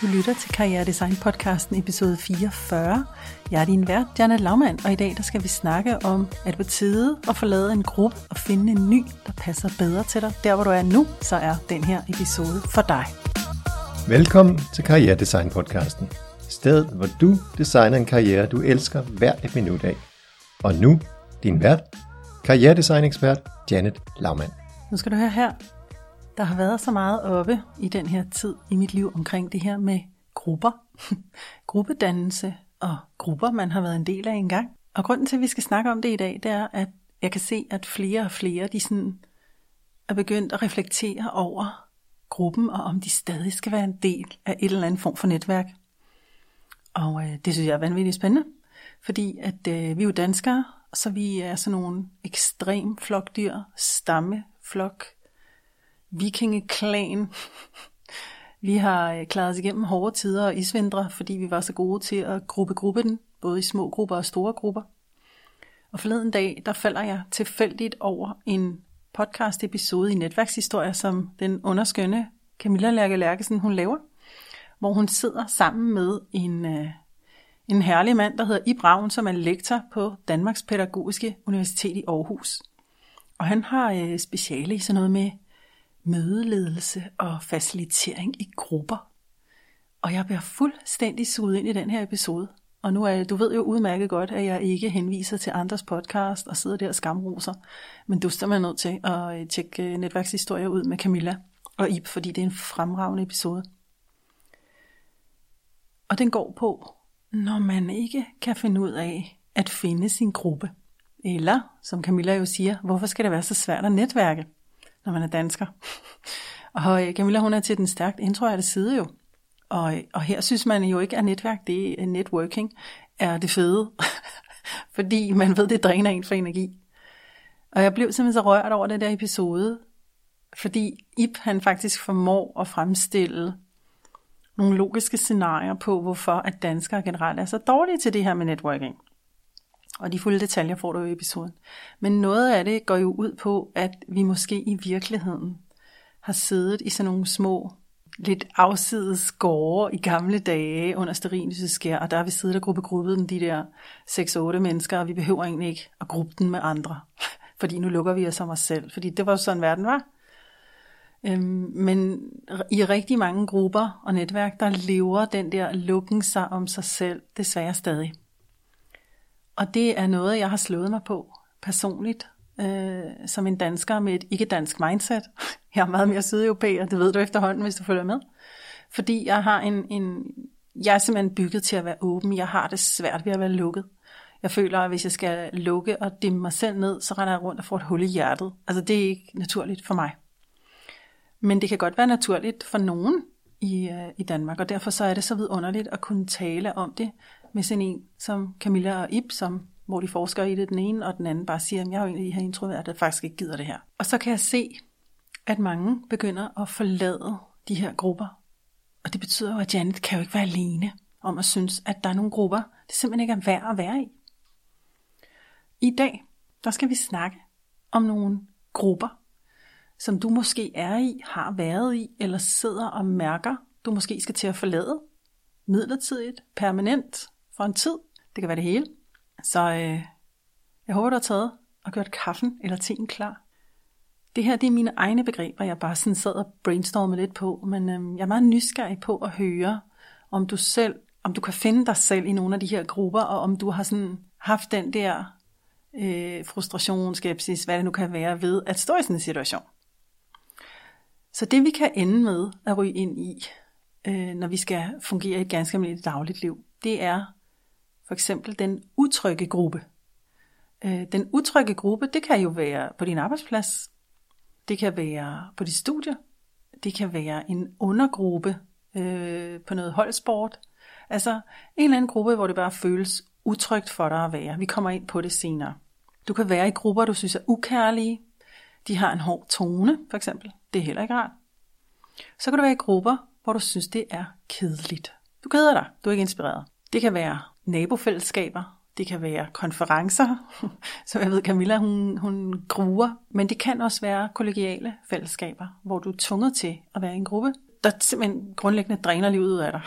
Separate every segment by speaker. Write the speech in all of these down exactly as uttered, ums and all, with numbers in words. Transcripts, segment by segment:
Speaker 1: Du lytter til Karrieredesign podcasten episode fireogfyrre. Jeg er din vært, Janet Laumann, og i dag der skal vi snakke om, at på tide at forlade en gruppe og finde en ny, der passer bedre til dig. Der hvor du er nu, så er den her episode for dig.
Speaker 2: Velkommen til Karrieredesign podcasten. Stedet hvor du designer en karriere, du elsker hvert et minut af. Og nu, din vært, karrieredesign-ekspert Janet Laumann.
Speaker 1: Nu skal du høre her. Der har været så meget oppe i den her tid i mit liv omkring det her med grupper, gruppedannelse og grupper, man har været en del af engang. Og grunden til, at vi skal snakke om det i dag, det er, at jeg kan se, at flere og flere de sådan er begyndt at reflektere over gruppen, og om de stadig skal være en del af et eller andet form for netværk. Og øh, det synes jeg er vanvittigt spændende, fordi at øh, vi er jo danskere, så vi er sådan nogle ekstrem flokdyr, stammeflok, vikingeklan. Vi har klaret os igennem hårde tider og isvintre, fordi vi var så gode til at gruppe gruppe den, både i små grupper og store grupper. Og forleden dag, der falder jeg tilfældigt over en podcast episode i Netværkshistorie, som den underskønne Camilla Lærke Lærkesen, hun laver, hvor hun sidder sammen med en, øh, en herlig mand, der hedder Ib Ravn, som er lektor på Danmarks Pædagogiske Universitet i Aarhus. Og han har øh, speciale i sådan noget med mødeledelse og facilitering i grupper. Og jeg bliver fuldstændig suget ind i den her episode. Og nu er du ved jo udmærket godt, at jeg ikke henviser til andres podcast og sidder der og skamroser. Men du er man nødt til at tjekke netværkshistorier ud med Camilla og Ib, fordi det er en fremragende episode. Og den går på, når man ikke kan finde ud af at finde sin gruppe. Eller, som Camilla jo siger, hvorfor skal det være så svært at netværke, når man er dansker? Og Camilla, hun er til den stærkt introverte side jo. Og, og her synes man jo ikke, at netværk, det er networking, er det fede. Fordi man ved, det dræner en for energi. Og jeg blev simpelthen så rørt over den der episode, fordi Ib, han faktisk formår at fremstille nogle logiske scenarier på, hvorfor at danskere generelt er så dårlige til det her med networking. Og de fulde detaljer får du i episoden. Men noget af det går jo ud på, at vi måske i virkeligheden har siddet i sådan nogle små, lidt afsides gårde i gamle dage under stearinlyseskær, og der har vi siddet og gruppegruppet den, de der seks otte mennesker, og vi behøver egentlig ikke at gruppe den med andre, fordi nu lukker vi os om os selv, fordi det var jo sådan verden var. Øhm, men i rigtig mange grupper og netværk, der lever den der lukken sig om sig selv desværre stadig. Og det er noget, jeg har slået mig på personligt, øh, som en dansker med et ikke-dansk mindset. Jeg er meget mere sydeuropæer, det ved du efterhånden, hvis du følger med. Fordi jeg har en, en, jeg er simpelthen bygget til at være åben. Jeg har det svært ved at være lukket. Jeg føler, at hvis jeg skal lukke og dimme mig selv ned, så render jeg rundt og får et hul i hjertet. Altså det er ikke naturligt for mig. Men det kan godt være naturligt for nogen i, øh, i Danmark, og derfor så er det så vidunderligt at kunne tale om det med sådan en som Camilla og Ib, som, hvor de forsker i det den ene, og den anden bare siger, at jeg er jo egentlig her introvert, at faktisk ikke gider det her. Og så kan jeg se, at mange begynder at forlade de her grupper. Og det betyder jo, at Janet kan jo ikke være alene om at synes, at der er nogle grupper, det simpelthen ikke er værd at være i. I dag, der skal vi snakke om nogle grupper, som du måske er i, har været i, eller sidder og mærker, du måske skal til at forlade. Midlertidigt, permanent, for en tid. Det kan være det hele. Så øh, jeg håber, du har taget og gjort kaffen eller teen klar. Det her, det er mine egne begreber, jeg bare sådan sad og brainstormede lidt på. Men øh, jeg er meget nysgerrig på at høre, om du selv, om du kan finde dig selv i nogle af de her grupper, og om du har sådan haft den der øh, frustration, skepsis, hvad det nu kan være ved at stå i sådan en situation. Så det vi kan ende med at ryge ind i, øh, når vi skal fungere i et ganske almindeligt dagligt liv, det er for eksempel den utrygge gruppe. Øh, den utrygge gruppe, det kan jo være på din arbejdsplads, det kan være på dit studie, det kan være en undergruppe øh, på noget holdsport. Altså en eller anden gruppe, hvor det bare føles utrygt for dig at være. Vi kommer ind på det senere. Du kan være i grupper, du synes er ukærlige. De har en hård tone, for eksempel. Det er heller ikke rart. Så kan du være i grupper, hvor du synes, det er kedeligt. Du keder dig. Du er ikke inspireret. Det kan være nabofællesskaber. Det kan være konferencer, som jeg ved, Camilla, hun, hun gruer. Men det kan også være kollegiale fællesskaber, hvor du er tvunget til at være i en gruppe. der simpelthen grundlæggende dræner livet ud af dig.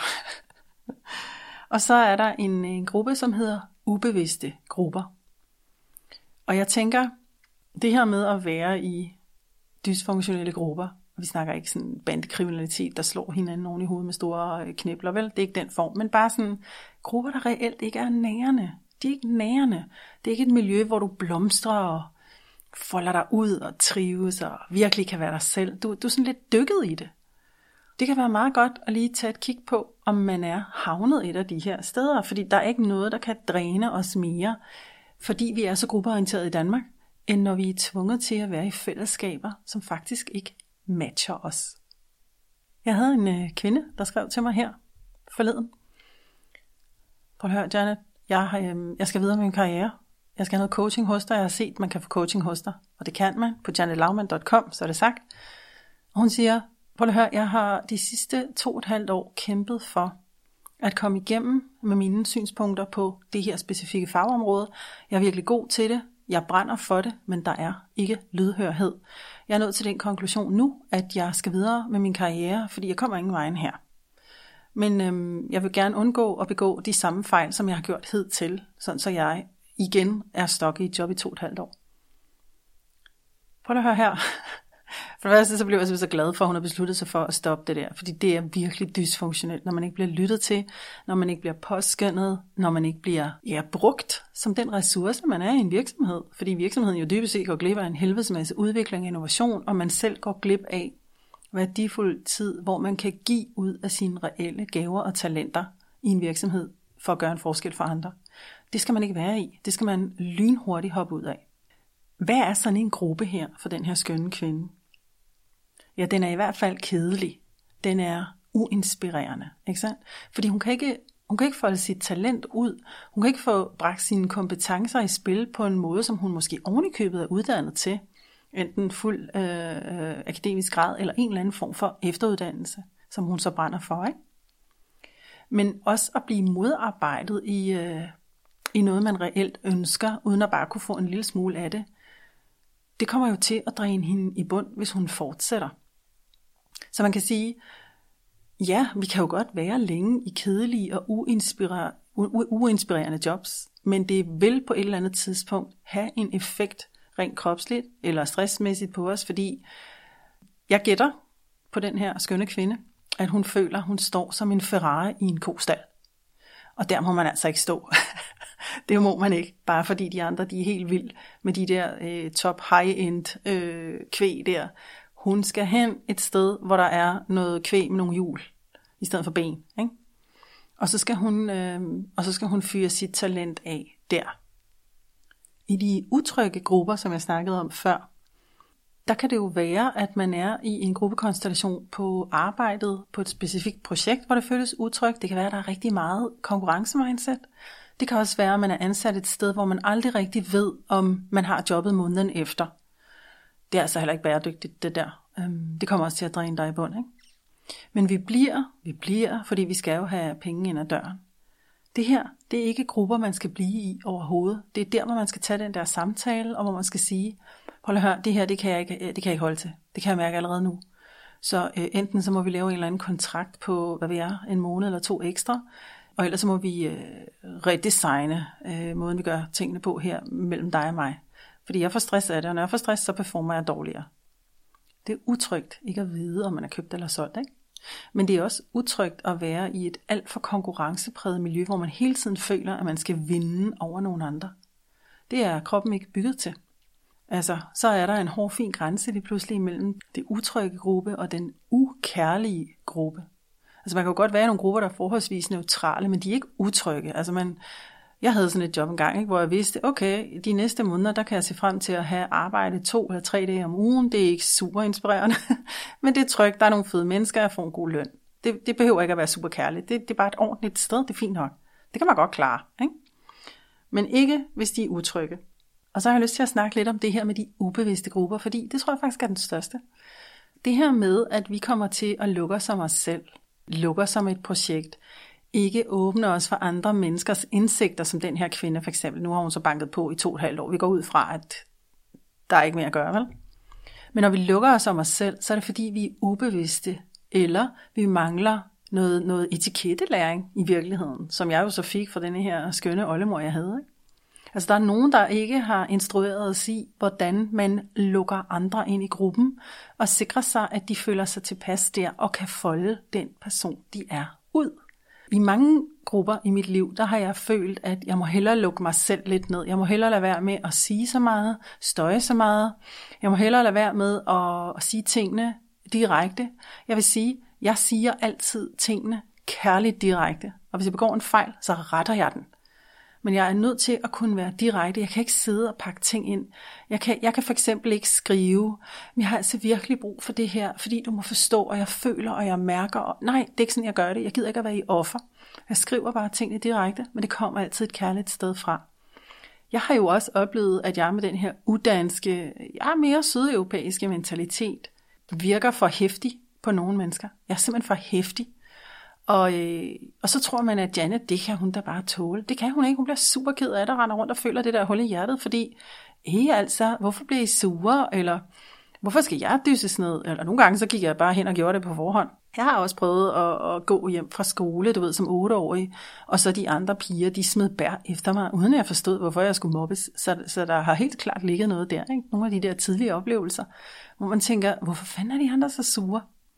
Speaker 1: Og så er der en, en gruppe, som hedder ubevidste grupper. Og jeg tænker, det her med at være i dysfunktionelle grupper, vi snakker ikke sådan bandekriminalitet, der slår hinanden oven i hovedet med store knibler, vel? Det er ikke den form, men bare sådan grupper, der reelt ikke er nærende. De er ikke nærende. Det er ikke et miljø, hvor du blomstrer og folder dig ud og trives og virkelig kan være dig selv. Du, du er sådan lidt dykket i det. Det kan være meget godt at lige tage et kig på, om man er havnet et af de her steder, fordi der er ikke noget, der kan dræne os mere, fordi vi er så gruppeorienteret i Danmark, end når vi er tvunget til at være i fællesskaber, som faktisk ikke matcher os. Jeg havde en øh, kvinde, der skrev til mig her forleden. Prøv at høre, Janet, jeg, har, øh, jeg skal videre med min karriere. Jeg skal have noget coaching hos dig. Jeg har set, at man kan få coaching hos dig, og det kan man på janet laumann punktum com, så er det sagt. Og hun siger, prøv at høre, jeg har de sidste to og et halvt år kæmpet for at komme igennem med mine synspunkter på det her specifikke fagområde. Jeg er virkelig god til det. Jeg brænder for det, men der er ikke lydhørhed. Jeg er nået til den konklusion nu, at jeg skal videre med min karriere, fordi jeg kommer ingen vejen her. Men øhm, jeg vil gerne undgå at begå de samme fejl, som jeg har gjort hidtil, sådan så jeg igen er stukket i et job i to og et halvt år. Prøv at høre her. For det første så blev jeg så glad for, at hun har besluttet sig for at stoppe det der, fordi det er virkelig dysfunktionelt, når man ikke bliver lyttet til, når man ikke bliver påskønnet, når man ikke bliver ja, brugt som den ressource, man er i en virksomhed. Fordi virksomheden jo dybest set går glip af en helvedes masse udvikling og innovation, og man selv går glip af værdifuld tid, hvor man kan give ud af sine reelle gaver og talenter i en virksomhed for at gøre en forskel for andre. Det skal man ikke være i. Det skal man lynhurtigt hoppe ud af. Hvad er sådan en gruppe her for den her skønne kvinde? Ja, den er i hvert fald kedelig. Den er uinspirerende, ikke sandt? Fordi hun kan ikke, hun kan ikke folde sit talent ud. Hun kan ikke få bragt sine kompetencer i spil på en måde, som hun måske ovenikøbet er uddannet til. Enten fuld øh, akademisk grad eller en eller anden form for efteruddannelse, som hun så brænder for, ikke? Men også at blive modarbejdet i, øh, i noget, man reelt ønsker, uden at bare kunne få en lille smule af det. Det kommer jo til at dræne hende i bund, hvis hun fortsætter. Så man kan sige, ja, vi kan jo godt være længe i kedelige og uinspirerende, u- uinspirerende jobs, men det vil på et eller andet tidspunkt have en effekt rent kropsligt eller stressmæssigt på os, fordi jeg gætter på den her skønne kvinde, at hun føler, at hun står som en Ferrari i en kostal. Og der må man altså ikke stå. Det må man ikke, bare fordi de andre de er helt vilde med de der øh, top high-end øh, kvæg der. Hun skal hen et sted, hvor der er noget kvæg med nogle hjul, i stedet for ben. Ikke? Og, så skal hun, øh, og så skal hun fyre sit talent af der. I de utrygge grupper, som jeg snakkede om før, der kan det jo være, at man er i en gruppekonstellation på arbejdet på et specifikt projekt, hvor det føles utrygt. Det kan være, at der er rigtig meget konkurrencemindset. Det kan også være, at man er ansat et sted, hvor man aldrig rigtig ved, om man har jobbet måneden efter. Det er altså heller ikke bæredygtigt, det der. Det kommer også til at dræne dig i bund, ikke? Men vi bliver, vi bliver, fordi vi skal jo have penge ind ad døren. Det her, det er ikke grupper, man skal blive i overhovedet. Det er der, hvor man skal tage den der samtale, og hvor man skal sige, prøv at høre, det her, det kan jeg ikke, det kan jeg ikke holde til. Det kan jeg mærke allerede nu. Så øh, enten så må vi lave en eller anden kontrakt på, hvad vi er, en måned eller to ekstra, og ellers så må vi øh, redesigne øh, måden, vi gør tingene på her mellem dig og mig. Fordi jeg får stress af det, og når jeg får stress, så performer jeg dårligere. Det er utrygt ikke at vide, om man er købt eller solgt, ikke? Men det er også utrygt at være i et alt for konkurrencepræget miljø, hvor man hele tiden føler, at man skal vinde over nogle andre. Det er kroppen ikke bygget til. Altså, så er der en hård, fin grænse lige pludselig mellem det utrygge gruppe og den ukærlige gruppe. Altså, man kan jo godt være i nogle grupper, der er forholdsvis neutrale, men de er ikke utrygge. Altså, man, jeg havde sådan et job engang, ikke, hvor jeg vidste, okay, de næste måneder, der kan jeg se frem til at have arbejde to eller tre dage om ugen. Det er ikke super inspirerende, men det er trygt. Der er nogle fede mennesker, jeg får en god løn. Det, det behøver ikke at være super kærligt. Det, det er bare et ordentligt sted, det er fint nok. Det kan man godt klare, ikke? Men ikke, hvis de er utrygge. Og så har jeg lyst til at snakke lidt om det her med de ubevidste grupper, fordi det tror jeg faktisk er den største. Det her med, at vi kommer til at lukke os om os selv, lukker som et projekt, ikke åbner os for andre menneskers indsigter, som den her kvinde for eksempel. Nu har hun så banket på i to og et halvt år. Vi går ud fra, at der er ikke mere at gøre, vel? Men når vi lukker os om os selv, så er det fordi, vi er ubevidste eller vi mangler noget, noget etikettelæring i virkeligheden, som jeg jo så fik fra denne her skønne oldemor, jeg havde. Ikke? Altså der er nogen, der ikke har instrueret os i, hvordan man lukker andre ind i gruppen, og sikrer sig, at de føler sig tilpas der, og kan folde den person, de er, ud. I mange grupper i mit liv, der har jeg følt, at jeg må hellere lukke mig selv lidt ned. Jeg må hellere lade være med at sige så meget, støje så meget. Jeg må hellere lade være med at, at sige tingene direkte. Jeg vil sige, jeg siger altid tingene kærligt direkte. Og hvis jeg begår en fejl, så retter jeg den. Men jeg er nødt til at kunne være direkte. Jeg kan ikke sidde og pakke ting ind. Jeg kan, jeg kan for eksempel ikke skrive, men jeg har altså virkelig brug for det her, fordi du må forstå, og jeg føler, og jeg mærker. Og nej, det er ikke sådan, jeg gør det. Jeg gider ikke at være i offer. Jeg skriver bare tingene direkte, men det kommer altid et kærligt sted fra. Jeg har jo også oplevet, at jeg med den her udanske, jeg er mere sydeuropæiske mentalitet, virker for heftig på nogle mennesker. Jeg er simpelthen for heftig. Og, øh, og så tror man, at Janet, det kan hun da bare tåle. Det kan hun ikke. Hun bliver super ked af det og render rundt og føler det der hul i hjertet, fordi, hey altså, hvorfor bliver I sure? Eller hvorfor skal jeg dysses ned? Eller nogle gange så gik jeg bare hen og gjorde det på forhånd. Jeg har også prøvet at, at gå hjem fra skole, du ved, som otteårig, og så de andre piger, de smed bær efter mig, uden at jeg forstod, hvorfor jeg skulle mobbes. Så, så der har helt klart ligget noget der, ikke? Nogle af de der tidlige oplevelser, hvor man tænker, hvorfor fanden er de andre så sure?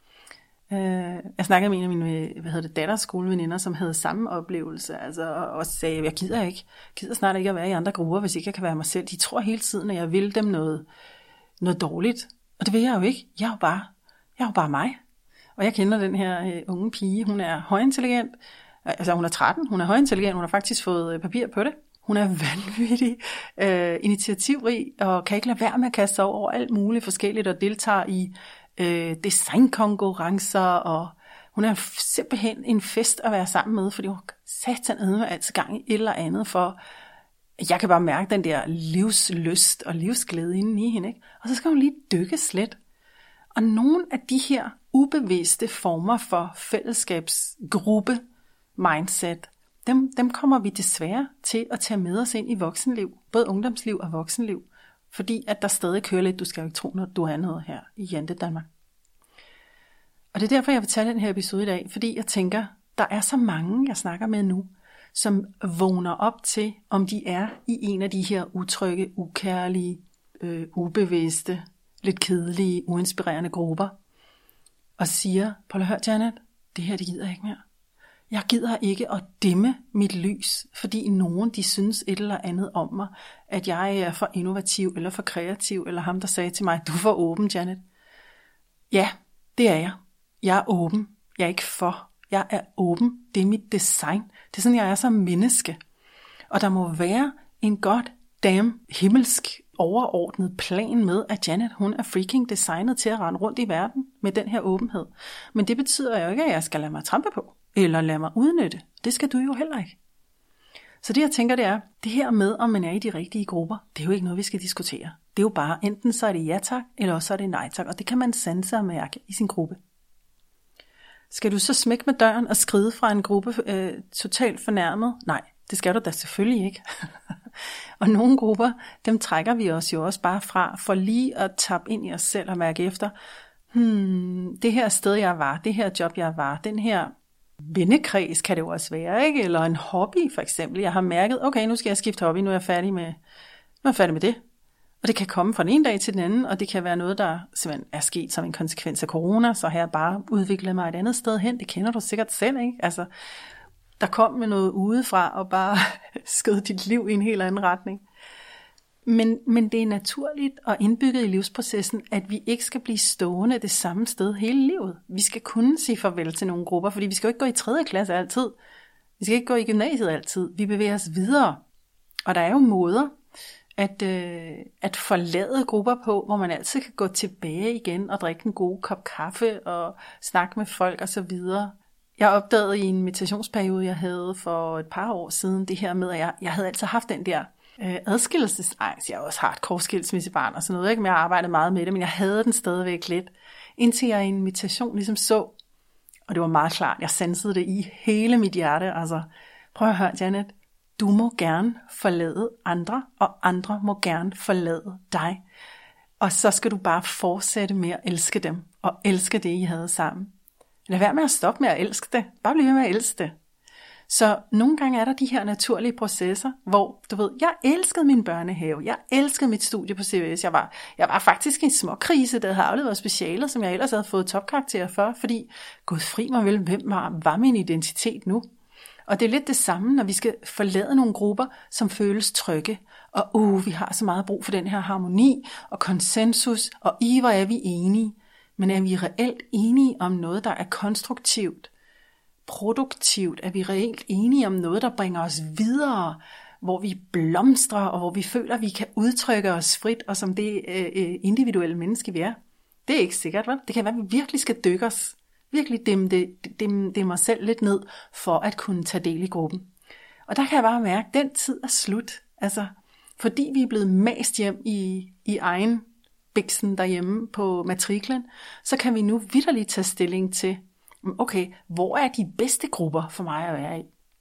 Speaker 1: Jeg snakkede med en af mine hvad hedder det, datters skoleveninder, som havde samme oplevelse, altså, og sagde, jeg gider ikke, gider snart ikke at være i andre grupper, hvis ikke jeg kan være mig selv. De tror hele tiden, at jeg vil dem noget, noget dårligt, og det vil jeg jo ikke. Jeg er jo bare, jeg er jo bare mig. Og jeg kender den her øh, unge pige, hun er højintelligent, altså hun er tretten, hun er højintelligent, hun har faktisk fået papir på det. Hun er vanvittig, øh, initiativrig, og kan ikke lade være med at kaste sig over alt muligt forskelligt, og deltager i øh, designkonkurrencer, og hun er simpelthen en fest at være sammen med, fordi hun satan med altid gang i et eller andet, for jeg kan bare mærke den der livslyst og livsglæde inde i hende, ikke? Og så skal hun lige dykke slet. Og nogle af de her ubevidste former for fællesskabsgruppe mindset, dem, dem kommer vi desværre til at tage med os ind i voksenliv, både ungdomsliv og voksenliv, fordi at der stadig kører lidt, du skal jo ikke tro, når du er noget her i Jante Danmark. Og det er derfor, jeg vil tage den her episode i dag, fordi jeg tænker, der er så mange, jeg snakker med nu, som vågner op til, om de er i en af de her utrygge, ukærlige, øh, ubevidste, lidt kedelige, uinspirerende grupper, og siger, prøv at høre, Janet, det her, det gider jeg ikke mere. Jeg gider ikke at dimme mit lys, fordi nogen, de synes et eller andet om mig, at jeg er for innovativ, eller for kreativ, eller ham, der sagde til mig, du er for åben, Janet. Ja, det er jeg. Jeg er åben. Jeg er ikke for. Jeg er åben. Det er mit design. Det er sådan, jeg er som menneske. Og der må være en godt damn himmelsk overordnet plan med, at Janet, hun er freaking designet til at rende rundt i verden med den her åbenhed. Men det betyder jo ikke, at jeg skal lade mig trampe på, eller lade mig udnytte. Det skal du jo heller ikke. Så det jeg tænker, det er, det her med, om man er i de rigtige grupper, det er jo ikke noget, vi skal diskutere. Det er jo bare, enten så er det ja tak, eller også så er det nej tak, og det kan man sanse og mærke i sin gruppe. Skal du så smække med døren og skride fra en gruppe øh, totalt fornærmet? Nej, det skal du da selvfølgelig ikke. Og nogle grupper, dem trækker vi os jo også bare fra, for lige at tappe ind i os selv og mærke efter, hmm, det her sted jeg var, det her job jeg var, den her vennekreds kan det jo også være, ikke? Eller en hobby for eksempel. Jeg har mærket, okay, nu skal jeg skifte hobby, nu er jeg færdig med, nu er jeg færdig med det. Og det kan komme fra den ene dag til den anden, og det kan være noget, der simpelthen er sket som en konsekvens af corona, så har jeg bare udviklet mig et andet sted hen. Det kender du sikkert selv, ikke? Altså, der kom med noget udefra og bare skød dit liv i en helt anden retning. Men, men det er naturligt og indbygget i livsprocessen, at vi ikke skal blive stående det samme sted hele livet. Vi skal kunne sige farvel til nogle grupper, fordi vi skal jo ikke gå i tredje klasse altid. Vi skal ikke gå i gymnasiet altid. Vi bevæger os videre. Og der er jo måder at, øh, at forlade grupper på, hvor man altid kan gå tilbage igen og drikke en god kop kaffe og snakke med folk osv. Jeg opdagede i en meditationsperiode, jeg havde for et par år siden, det her med, at jeg, jeg havde altid haft den der øh, adskillelsesangst. Jeg er også hardcore skilsmissebarn og sådan noget, ikke? Men jeg arbejdede meget med det, men jeg havde den stadigvæk lidt, indtil jeg i en meditation ligesom så, og det var meget klart, jeg sansede det i hele mit hjerte, altså, prøv at høre, Janet, du må gerne forlade andre, og andre må gerne forlade dig. Og så skal du bare fortsætte med at elske dem, og elske det, I havde sammen. Lad være med at stoppe med at elske det. Bare bliv ved med at elske det. Så nogle gange er der de her naturlige processer, hvor du ved, jeg elskede min børnehave, jeg elskede mit studie på C V S, jeg var, jeg var faktisk i en små krise, der havde afleveret specialer, som jeg ellers havde fået topkarakterer for, fordi gud fri mig vel, hvem var, var min identitet nu? Og det er lidt det samme, når vi skal forlade nogle grupper, som føles trygge, og uh, vi har så meget brug for den her harmoni og konsensus, og i hvor er vi enige, men er vi reelt enige om noget, der er konstruktivt, produktivt, er vi reelt enige om noget, der bringer os videre, hvor vi blomstrer, og hvor vi føler, at vi kan udtrykke os frit, og som det øh, individuelle menneske vi er. Det er ikke sikkert, vel? Det kan være, at vi virkelig skal dykke os, virkelig dæmme, det, dæmme, dæmme os selv lidt ned, for at kunne tage del i gruppen. Og der kan jeg bare mærke, at den tid er slut. Altså, fordi vi er blevet mast hjem i, i egen biksen derhjemme på matriklen, så kan vi nu vitterligt tage stilling til, okay, hvor er de bedste grupper for mig at være i?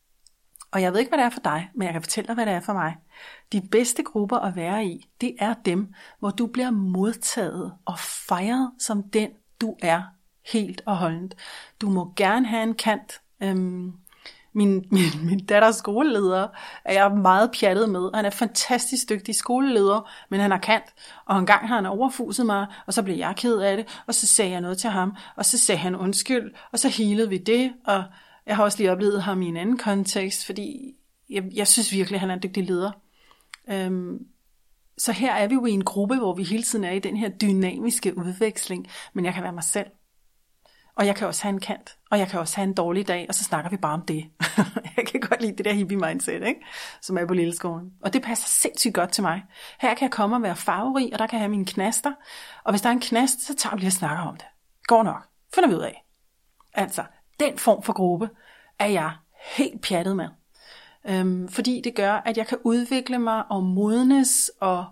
Speaker 1: Og jeg ved ikke, hvad det er for dig, men jeg kan fortælle dig, hvad det er for mig. De bedste grupper at være i, det er dem, hvor du bliver modtaget og fejret som den, du er, helt og holdent. Du må gerne have en kant. Øhm, min, min, min datters skoleleder er jeg meget pjattet med. Han er fantastisk dygtig skoleleder, men han har kant. Og en gang har han overfuset mig, og så blev jeg ked af det, og så sagde jeg noget til ham, og så sagde han undskyld, og så healede vi det, og jeg har også lige oplevet ham i en anden kontekst, fordi jeg, jeg synes virkelig, at han er en dygtig leder. Øhm, så her er vi jo i en gruppe, hvor vi hele tiden er i den her dynamiske udveksling, men jeg kan være mig selv. Og jeg kan også have en kant, og jeg kan også have en dårlig dag, og så snakker vi bare om det. Jeg kan godt lide det der hippie mindset, ikke? Som er på Lilleskolen. Og det passer sindssygt godt til mig. Her kan jeg komme og være farverig, og der kan jeg have mine knaster. Og hvis der er en knast, så tager vi lige og snakker om det. Går nok. Finder vi ud af. Altså, den form for gruppe er jeg helt pjattet med. Øhm, fordi det gør, at jeg kan udvikle mig og modnes og,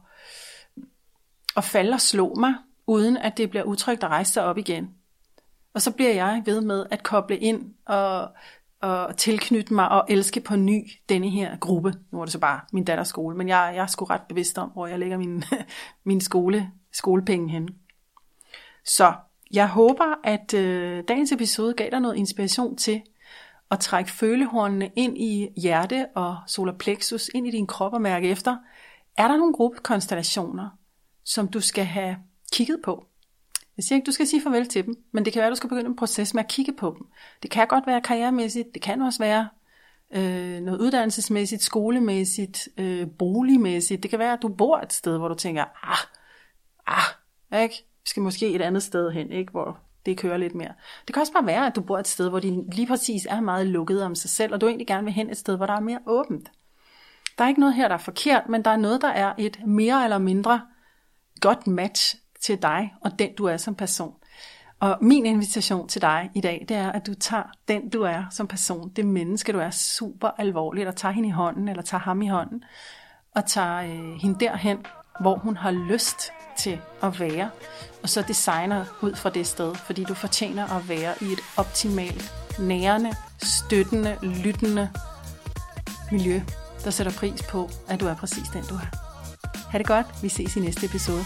Speaker 1: og falde og slå mig, uden at det bliver utrygt at rejse sig op igen. Og så bliver jeg ved med at koble ind og, og tilknytte mig og elske på ny denne her gruppe. Nu er det så bare min datters skole, men jeg, jeg er sgu ret bevidst om, hvor jeg lægger min, min skole, skolepenge hen. Så jeg håber, at øh, dagens episode gav dig noget inspiration til at trække følehornene ind i hjerte og solar plexus, ind i din krop og mærke efter. Er der nogle gruppekonstellationer, som du skal have kigget på? Jeg siger ikke, du skal sige farvel til dem, men det kan være, at du skal begynde en proces med at kigge på dem. Det kan godt være karrieremæssigt, det kan også være øh, noget uddannelsesmæssigt, skolemæssigt, øh, boligmæssigt. Det kan være, at du bor et sted, hvor du tænker, ah, ah, ikke? Vi skal måske et andet sted hen, ikke? Hvor det kører lidt mere. Det kan også bare være, at du bor et sted, hvor de lige præcis er meget lukket om sig selv, og du egentlig gerne vil hen et sted, hvor der er mere åbent. Der er ikke noget her, der er forkert, men der er noget, der er et mere eller mindre godt match til dig og den, du er som person. Og min invitation til dig i dag, det er, at du tager den, du er som person, det menneske, du er, super alvorligt, og tager hende i hånden, eller tager ham i hånden, og tager øh, hende derhen, hvor hun har lyst til at være, og så designer ud fra det sted, fordi du fortjener at være i et optimalt, nærende, støttende, lyttende miljø, der sætter pris på, at du er præcis den, du er. Ha' det godt, vi ses i næste episode.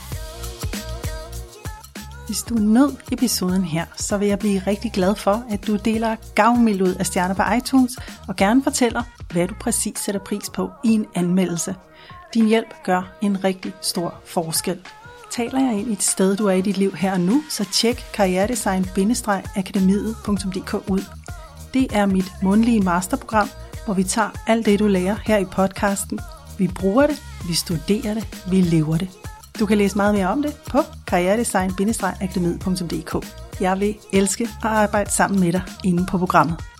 Speaker 1: Hvis du nød episoden her, så vil jeg blive rigtig glad for, at du deler gavmild ud af stjerner på iTunes, og gerne fortæller, hvad du præcis sætter pris på i en anmeldelse. Din hjælp gør en rigtig stor forskel. Taler jeg ind i et sted, du er i dit liv her og nu, så tjek karrieredesign bindestreg akademiet punktum d k ud. Det er mit mundtlige masterprogram, hvor vi tager alt det, du lærer her i podcasten. Vi bruger det, vi studerer det, vi lever det. Du kan læse meget mere om det på karrieredesign bindestreg akademiet punktum d k. Jeg vil elske at arbejde sammen med dig inde på programmet.